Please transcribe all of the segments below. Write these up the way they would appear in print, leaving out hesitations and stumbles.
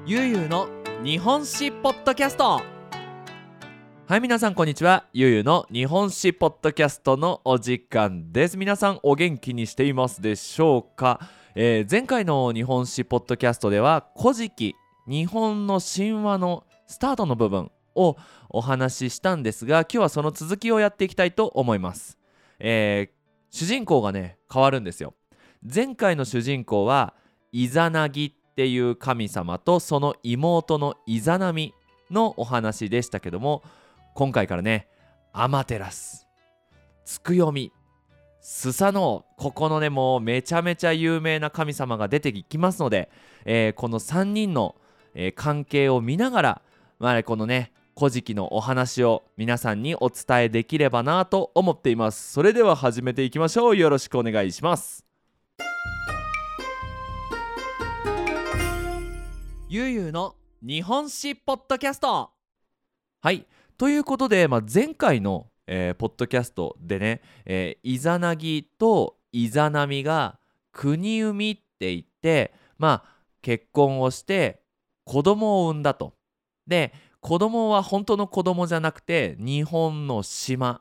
ゆうゆうの日本史ポッドキャスト。はい、皆さんこんにちは。ゆうゆうの日本史ポッドキャストのお時間です。皆さんお元気にしていますでしょうか。前回の日本史ポッドキャストでは古事記、日本の神話のスタートの部分をお話ししたんですが、今日はその続きをやっていきたいと思います。主人公がね変わるんですよ。前回の主人公はイザナギっていう神様とその妹のイザナミのお話でしたけども、今回からねアマテラス、ツクヨミ、スサノオ、ここのねもうめちゃめちゃ有名な神様が出てきますので、この3人の、関係を見ながら、このね古事記のお話を皆さんにお伝えできればなと思っています。それでは始めていきましょう。よろしくお願いします。ゆうゆうの日本史ポッドキャスト。はい、ということで、前回の、ポッドキャストでね、イザナギとイザナミが国生みって言って、結婚をして子供を産んだと。で、子供は本当の子供じゃなくて日本の島、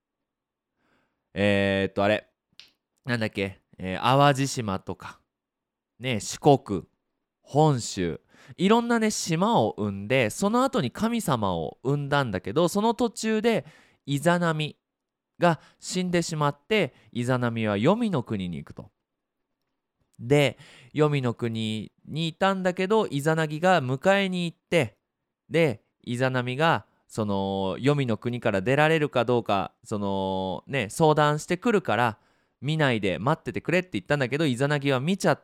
あれなんだっけ、淡路島とかね、四国、本州、いろんなね島を生んで、その後に神様を生んだんだけど、その途中でイザナミが死んでしまって、イザナミは黄泉の国に行くと。で、黄泉の国にいたんだけど、イザナギが迎えに行って、でイザナミがその黄泉の国から出られるかどうか、そのね相談してくるから見ないで待っててくれって言ったんだけど、イザナギは見ちゃって、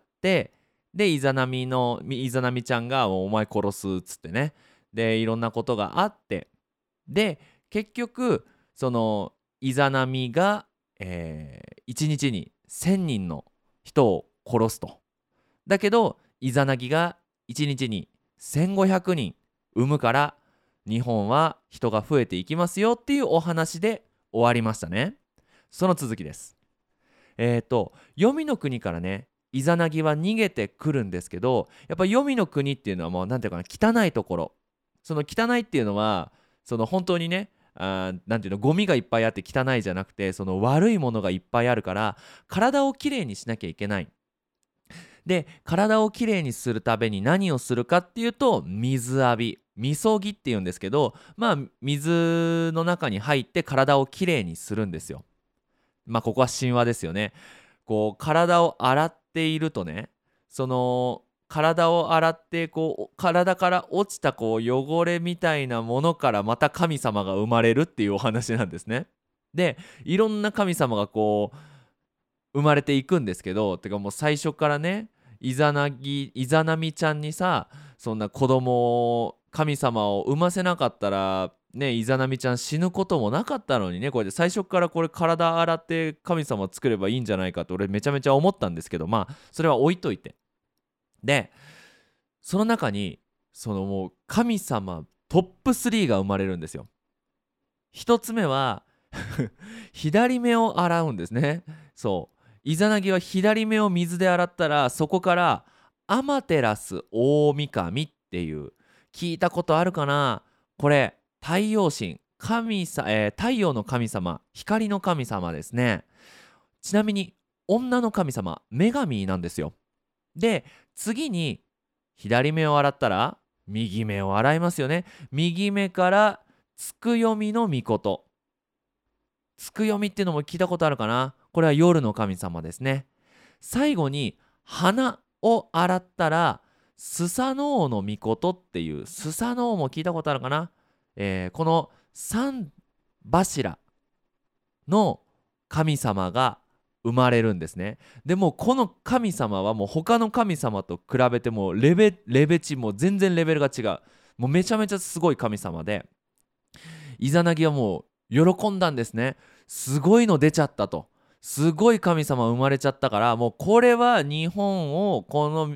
でイザナミちゃんが「お前殺す」っつってね、でいろんなことがあって、で結局そのイザナミが、1日に1,000人の人を殺すと。だけどイザナギが1日に1,500人産むから、日本は人が増えていきますよっていうお話で終わりましたね。その続きです。黄泉の国からねイザナギは逃げてくるんですけど、やっぱ黄泉の国っていうのはもうなんていうかな、汚いところ。その汚いっていうのは、その本当にね、なんていうの、ゴミがいっぱいあって汚いじゃなくて、その悪いものがいっぱいあるから体をきれいにしなきゃいけない。で体をきれいにするために何をするかっていうと、水浴び、みそぎっていうんですけど、水の中に入って体をきれいにするんですよ。ここは神話ですよね。こう体を洗っているとね、その体を洗ってこう体から落ちたこう汚れみたいなものからまた神様が生まれるっていうお話なんですね。でいろんな神様がこう生まれていくんですけど、てかもう最初からね、イザナミちゃんにさ、そんな子供を神様を産ませなかったらね、イザナミちゃん死ぬこともなかったのにね、これで最初からこれ体洗って神様を作ればいいんじゃないかと俺めちゃめちゃ思ったんですけど、それは置いといて。でその中にそのもう神様トップ3が生まれるんですよ。一つ目は左目を洗うんですね。そうイザナギは左目を水で洗ったら、そこからアマテラス大神っていう、聞いたことあるかな。これ太陽神、太陽の神様、光の神様ですね。ちなみに女の神様女神なんですよ。で次に左目を洗ったら右目を洗いますよね。右目からつくよみの御事、つくよみっていうのも聞いたことあるかな。これは夜の神様ですね。最後に鼻を洗ったらスサノオの御事っていう、スサノオも聞いたことあるかな。この3柱の神様が生まれるんですね。でもこの神様はもう他の神様と比べてもレベチ、もう全然レベルが違う。もうめちゃめちゃすごい神様で、イザナギはもう喜んだんですね。すごいの出ちゃったと。すごい神様生まれちゃったから、もうこれは日本をこの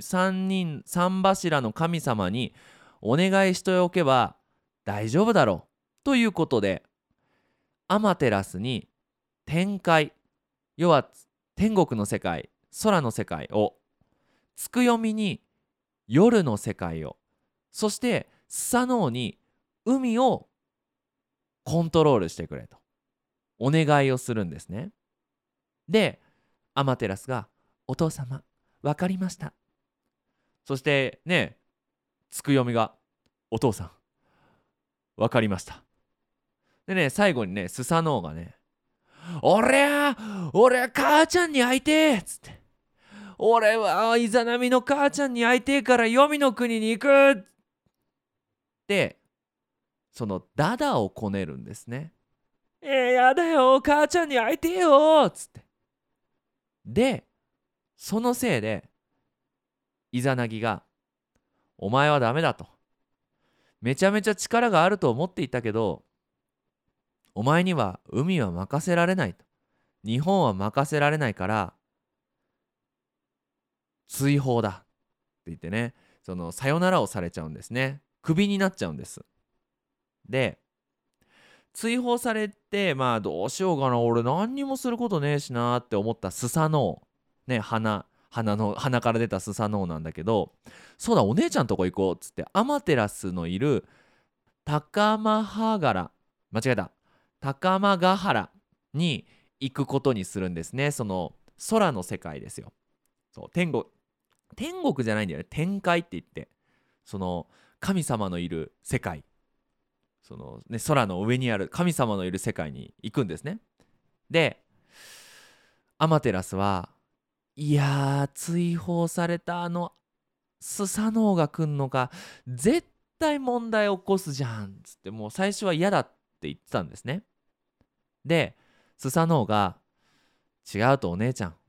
3柱の神様にお願いしておけば大丈夫だろうということで、アマテラスに天界、要は天国の世界、空の世界を、つくよみに夜の世界を、 そしてスサノオに海をコントロールしてくれとお願いをするんですね。でアマテラスが「お父様わかりました」。そしてねつくよみが「お父さんわかりました」。でね最後にねスサノオがね俺は母ちゃんに会いてえっつって、俺はイザナミの母ちゃんに会いてえから黄泉の国に行くってそのダダをこねるんですね。やだよ母ちゃんに会いてえよっつって。でそのせいでイザナギがお前はダメだと、めちゃめちゃ力があると思っていたけどお前には海は任せられないと、日本は任せられないから追放だって言ってね、そのさよならをされちゃうんですね。クビになっちゃうんです。で追放されてまあどうしようかな俺何にもすることねえしなって思ったスサノオね、鼻から出たスサノオなんだけど、そうだお姉ちゃんとこ行こうっつってアマテラスのいる高間原間違えた高間ヶ原に行くことにするんですね。その空の世界ですよ。そう天国じゃないんだよね、天界って言って、その神様のいる世界、そのね空の上にある神様のいる世界に行くんですね。でアマテラスはいやー追放されたスサノオが来んのか絶対問題起こすじゃんっつってもう最初は嫌だって言ってたんですね。でスサノオが違うとお姉ちゃん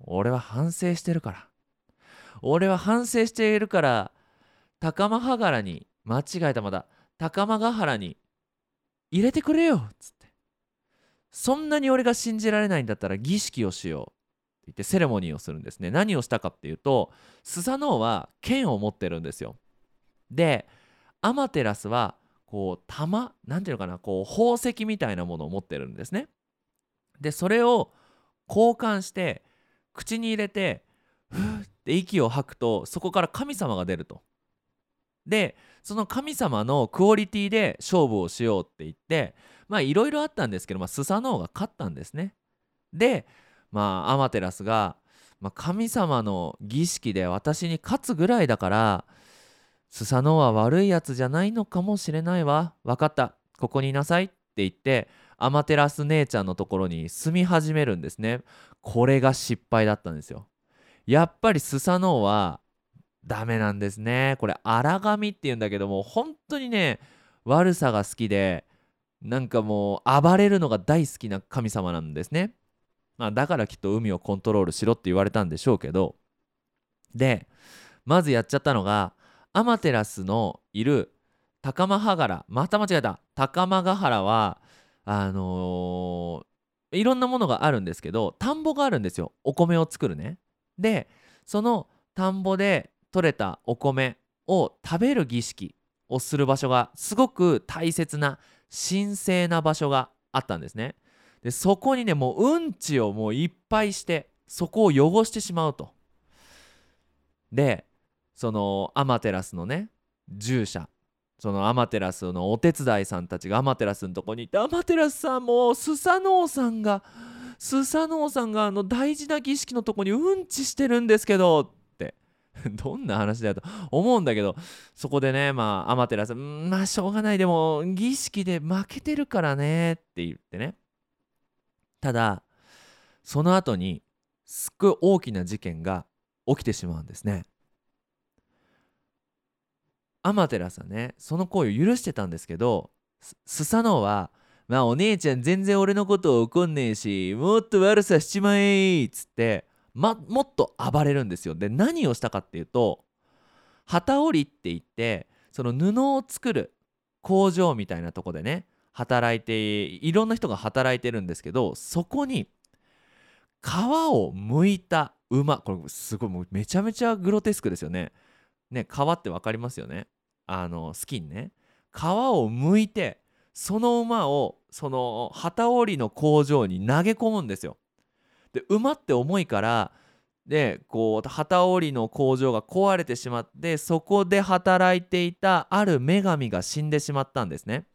俺は反省しているから高間原に間違えたまだ高間ヶ原に入れてくれよっつって、そんなに俺が信じられないんだったら儀式をしようって言ってセレモニーをするんですね。何をしたかっていうとスサノオは剣を持ってるんですよ。でアマテラスはこう玉なんていうのかなこう宝石みたいなものを持ってるんですね。でそれを交換して口に入れてふーって息を吐くとそこから神様が出ると。でその神様のクオリティで勝負をしようって言ってまあいろいろあったんですけど、スサノオが勝ったんですね。でアマテラスが、神様の儀式で私に勝つぐらいだからスサノオは悪いやつじゃないのかもしれないわ、分かった、ここにいなさいって言ってアマテラス姉ちゃんのところに住み始めるんですね。これが失敗だったんですよ。やっぱりスサノオはダメなんですね。これ荒神っていうんだけども本当にね悪さが好きでなんかもう暴れるのが大好きな神様なんですね。だからきっと海をコントロールしろって言われたんでしょうけど、でまずやっちゃったのがアマテラスのいる高間原また間違えた高間ヶ原はいろんなものがあるんですけど田んぼがあるんですよ、お米を作るね。でその田んぼで採れたお米を食べる儀式をする場所がすごく大切な神聖な場所があったんですね。でそこにねもううんちをもういっぱいしてそこを汚してしまうと。でそのアマテラスのね従者、そのアマテラスのお手伝いさんたちがアマテラスのとこに行って「アマテラスさんもうスサノオさんが大事な儀式のとこにうんちしてるんですけど」ってどんな話だよと思うんだけど、そこでねアマテラスしょうがないでも儀式で負けてるからねって言ってね。ただその後にすっごい大きな事件が起きてしまうんですね。アマテラスはねその行為を許してたんですけどスサノオはお姉ちゃん全然俺のことを怒んねえしもっと悪さしちまえっつって、もっと暴れるんですよ。で何をしたかっていうと機織りって言ってその布を作る工場みたいなとこでね働いていろんな人が働いてるんですけど、そこに皮を剥いた馬、これすごいもうめちゃめちゃグロテスクですよね。ね、皮って分かりますよね。スキンね。皮を剥いてその馬をその機織りの工場に投げ込むんですよ。で馬って重いからでこう機織りの工場が壊れてしまって、そこで働いていたある女神が死んでしまったんですね。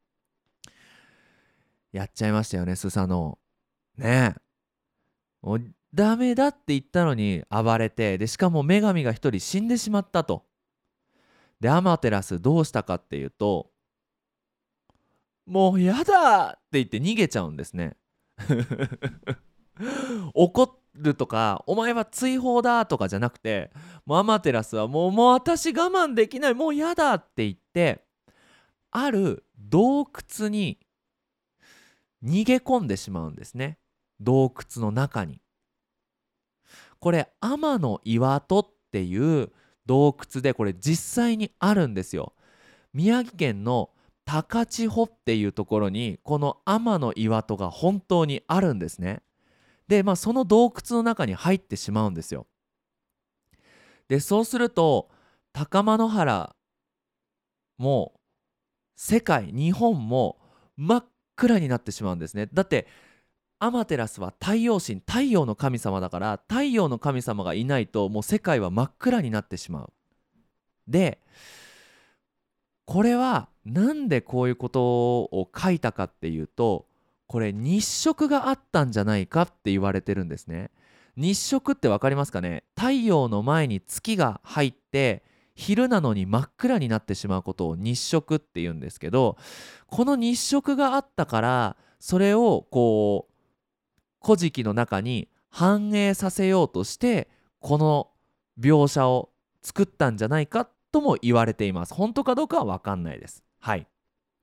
やっちゃいましたよね、スサノオ。ねえ。もうダメだって言ったのに暴れて、でしかも女神が一人死んでしまったと。でアマテラスどうしたかっていうと、もうやだって言って逃げちゃうんですね。怒るとかお前は追放だとかじゃなくて、もうアマテラスはもう私我慢できない、もうやだって言って、ある洞窟に逃げ込んでしまうんですね。洞窟の中に。これ天の岩戸っていう洞窟で、これ実際にあるんですよ。宮城県の高千穂っていうところにこの天の岩戸が本当にあるんですね。でその洞窟の中に入ってしまうんですよ。でそうすると高間野原も世界日本も真っ暗になってしまうんですね。だってアマテラスは太陽神、太陽の神様だから、太陽の神様がいないともう世界は真っ暗になってしまう。でこれはなんでこういうことを書いたかっていうと、これ日食があったんじゃないかって言われてるんですね。日食って分かりますかね。太陽の前に月が入って昼なのに真っ暗になってしまうことを日食って言うんですけど、この日食があったからそれをこう古事記の中に反映させようとしてこの描写を作ったんじゃないかとも言われています。本当かどうかは分かんないです。はい。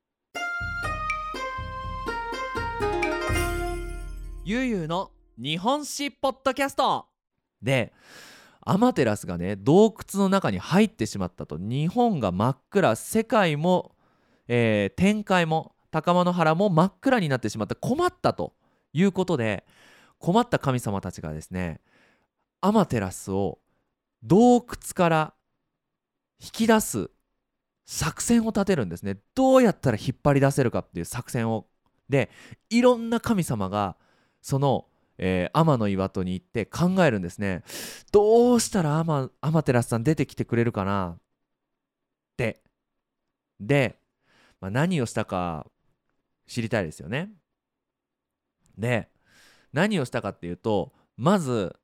ゆうゆうの日本史ポッドキャストで、アマテラスがね洞窟の中に入ってしまったと、日本が真っ暗、世界も、天界も高間の原も真っ暗になってしまって困ったということで、困った神様たちがですねアマテラスを洞窟から引き出す作戦を立てるんですね。どうやったら引っ張り出せるかっていう作戦を。でいろんな神様がその、天の岩戸に行って考えるんですね。どうしたらアマテラスさん出てきてくれるかなって。で、何をしたか知りたいですよね。で何をしたかっていうと、まず、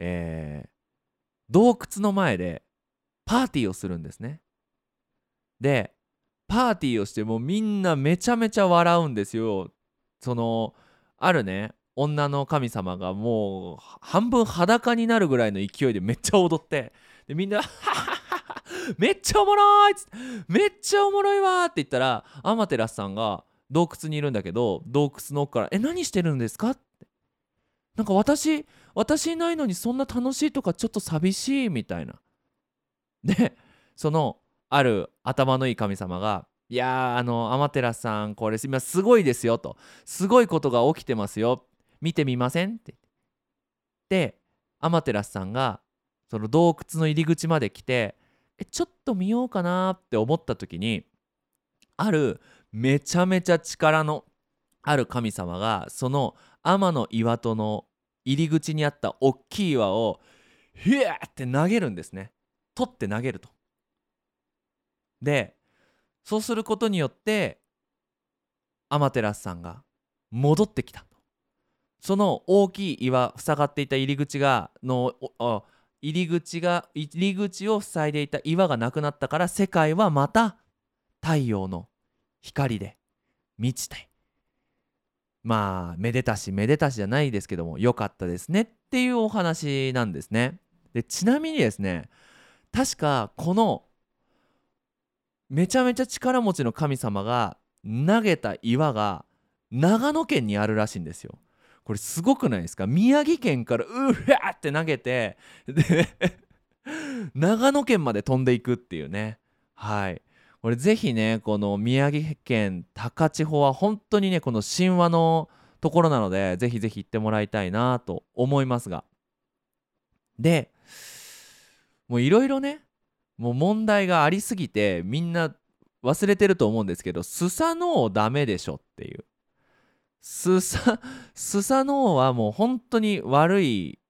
洞窟の前でパーティーをするんですね。でパーティーをしてもうみんなめちゃめちゃ笑うんですよ。そのあるね女の神様がもう半分裸になるぐらいの勢いでめっちゃ踊って、でみんなめっちゃおもろいっつってめっちゃおもろいわーって言ったら、アマテラスさんが洞窟にいるんだけど、洞窟の奥から何してるんですかって、なんか私いないのにそんな楽しいとかちょっと寂しいみたいな。でそのある頭のいい神様が「いやアマテラスさんこれ今すごいですよ」と「すごいことが起きてますよ、見てみません?」って言ってアマテラスさんがその洞窟の入り口まで来てちょっと見ようかなって思った時に、あるめちゃめちゃ力のある神様がその天の岩戸の入り口にあった大きい岩をヒューって投げるんですね。取って投げると。でそうすることによってアマテラスさんが戻ってきたと。その大きい岩塞がっていた入り口がの入り口を塞いでいた岩がなくなったから、世界はまた太陽の光で満ちて、めでたしめでたしじゃないですけども良かったですねっていうお話なんですね。でちなみにですね、確かこのめちゃめちゃ力持ちの神様が投げた岩が長野県にあるらしいんですよ。これすごくないですか。宮城県からうわーって投げて、で長野県まで飛んでいくっていうね。はい、これぜひねこの宮城県高千穂は本当にねこの神話のところなので、ぜひぜひ行ってもらいたいなと思いますが、でもういろいろねもう問題がありすぎてみんな忘れてると思うんですけど、スサノオダメでしょっていう。スサノオはもう本当に悪い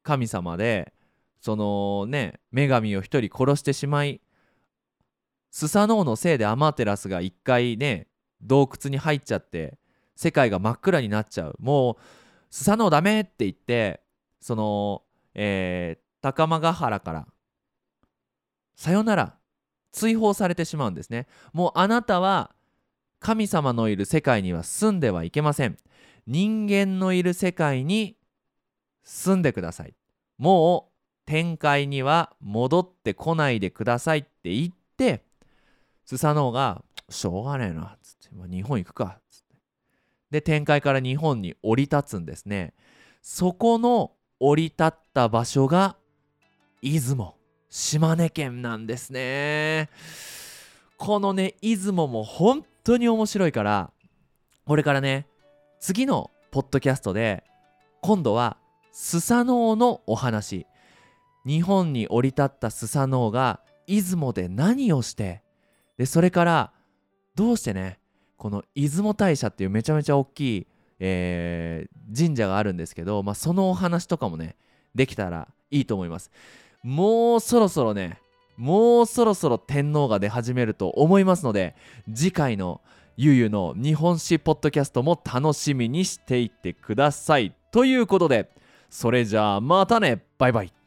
神様で、そのね女神を一人殺してしまい、スサノオのせいでアマテラスが一回ね洞窟に入っちゃって世界が真っ暗になっちゃう。もうスサノオダメって言って、その、高間ヶ原からさよなら追放されてしまうんですね。もうあなたは神様のいる世界には住んではいけません。人間のいる世界に住んでください。もう天界には戻ってこないでくださいって言って、スサノオがしょうがねえなっつって、日本行くかっつって、で天界から日本に降り立つんですね。そこの降り立った場所が出雲、島根県なんですね。このね出雲も本当に面白いから、これからね次のポッドキャストで今度はスサノオのお話、日本に降り立ったスサノオが出雲で何をして、でそれからどうしてねこの出雲大社っていうめちゃめちゃ大きい、神社があるんですけど、そのお話とかもねできたらいいと思います。もうそろそろね、もうそろそろ天皇が出始めると思いますので、次回のゆうゆうの日本史ポッドキャストも楽しみにしていってください。ということで、それじゃあまたね、バイバイ。